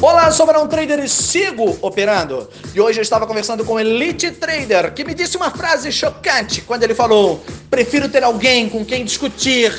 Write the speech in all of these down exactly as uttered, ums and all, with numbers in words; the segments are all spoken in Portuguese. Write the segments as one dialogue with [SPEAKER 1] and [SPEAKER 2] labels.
[SPEAKER 1] Olá, eu sou o Barão Trader e sigo operando. E hoje eu estava conversando com um Elite Trader que me disse uma frase chocante quando ele falou: prefiro ter alguém com quem discutir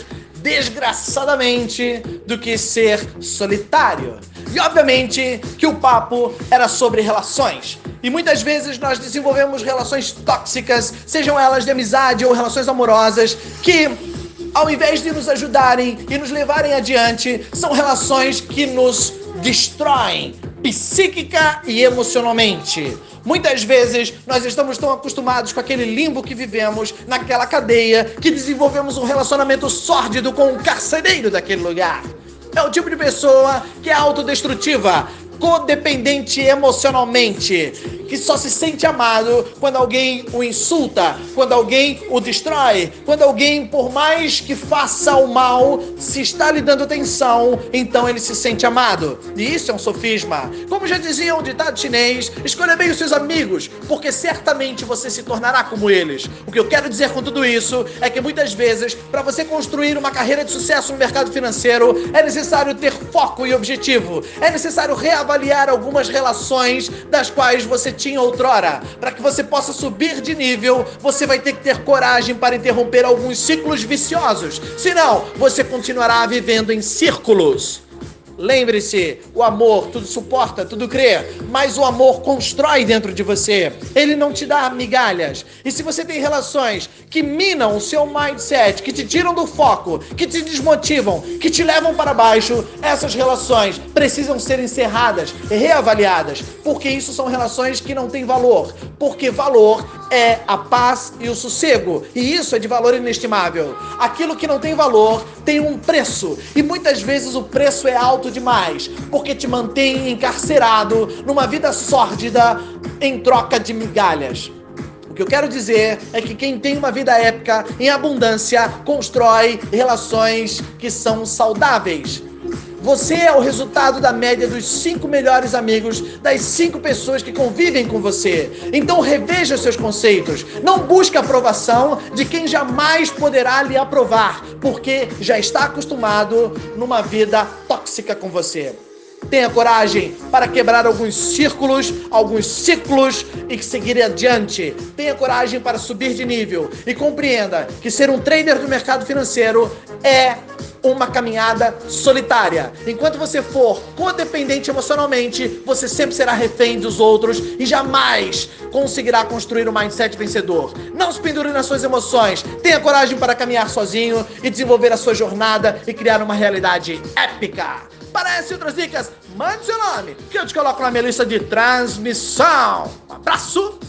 [SPEAKER 1] desgraçadamente do que ser solitário. E obviamente que o papo era sobre relações. E muitas vezes nós desenvolvemos relações tóxicas, sejam elas de amizade ou relações amorosas, que ao invés de nos ajudarem e nos levarem adiante, são relações que nos destroem psíquica e emocionalmente. Muitas vezes nós estamos tão acostumados com aquele limbo que vivemos, naquela cadeia, que desenvolvemos um relacionamento sórdido com o carcereiro daquele lugar. É o tipo de pessoa que é autodestrutiva, codependente emocionalmente, que só se sente amado quando alguém o insulta, quando alguém o destrói, quando alguém, por mais que faça o mal, se está lhe dando atenção, então ele se sente amado. E isso é um sofisma. Como já dizia um ditado chinês, escolha bem os seus amigos, porque certamente você se tornará como eles. O que eu quero dizer com tudo isso é que muitas vezes, para você construir uma carreira de sucesso no mercado financeiro, é necessário ter foco e objetivo. É necessário reavaliar algumas relações das quais você tinha outrora. Para que você possa subir de nível, você vai ter que ter coragem para interromper alguns ciclos viciosos. Senão, você continuará vivendo em círculos. Lembre-se, o amor tudo suporta, tudo crê, mas o amor constrói dentro de você. Ele não te dá migalhas. E se você tem relações que minam o seu mindset, que te tiram do foco, que te desmotivam, que te levam para baixo, essas relações precisam ser encerradas e reavaliadas, porque isso são relações que não têm valor. Porque valor é a paz e o sossego, e isso é de valor inestimável. Aquilo que não tem valor tem um preço, e muitas vezes o preço é alto demais, porque te mantém encarcerado numa vida sórdida em troca de migalhas. O que eu quero dizer é que quem tem uma vida épica, em abundância, constrói relações que são saudáveis. Você é o resultado da média dos cinco melhores amigos, das cinco pessoas que convivem com você. Então reveja seus conceitos. Não busque a aprovação de quem jamais poderá lhe aprovar, porque já está acostumado numa vida tóxica com você. Tenha coragem para quebrar alguns círculos, alguns ciclos e seguir adiante. Tenha coragem para subir de nível e compreenda que ser um trader do mercado financeiro é uma caminhada solitária. Enquanto você for codependente emocionalmente, você sempre será refém dos outros e jamais conseguirá construir um mindset vencedor. Não se pendure nas suas emoções. Tenha coragem para caminhar sozinho e desenvolver a sua jornada e criar uma realidade épica. Para essas e outras dicas, mande seu nome, que eu te coloco na minha lista de transmissão. Um abraço!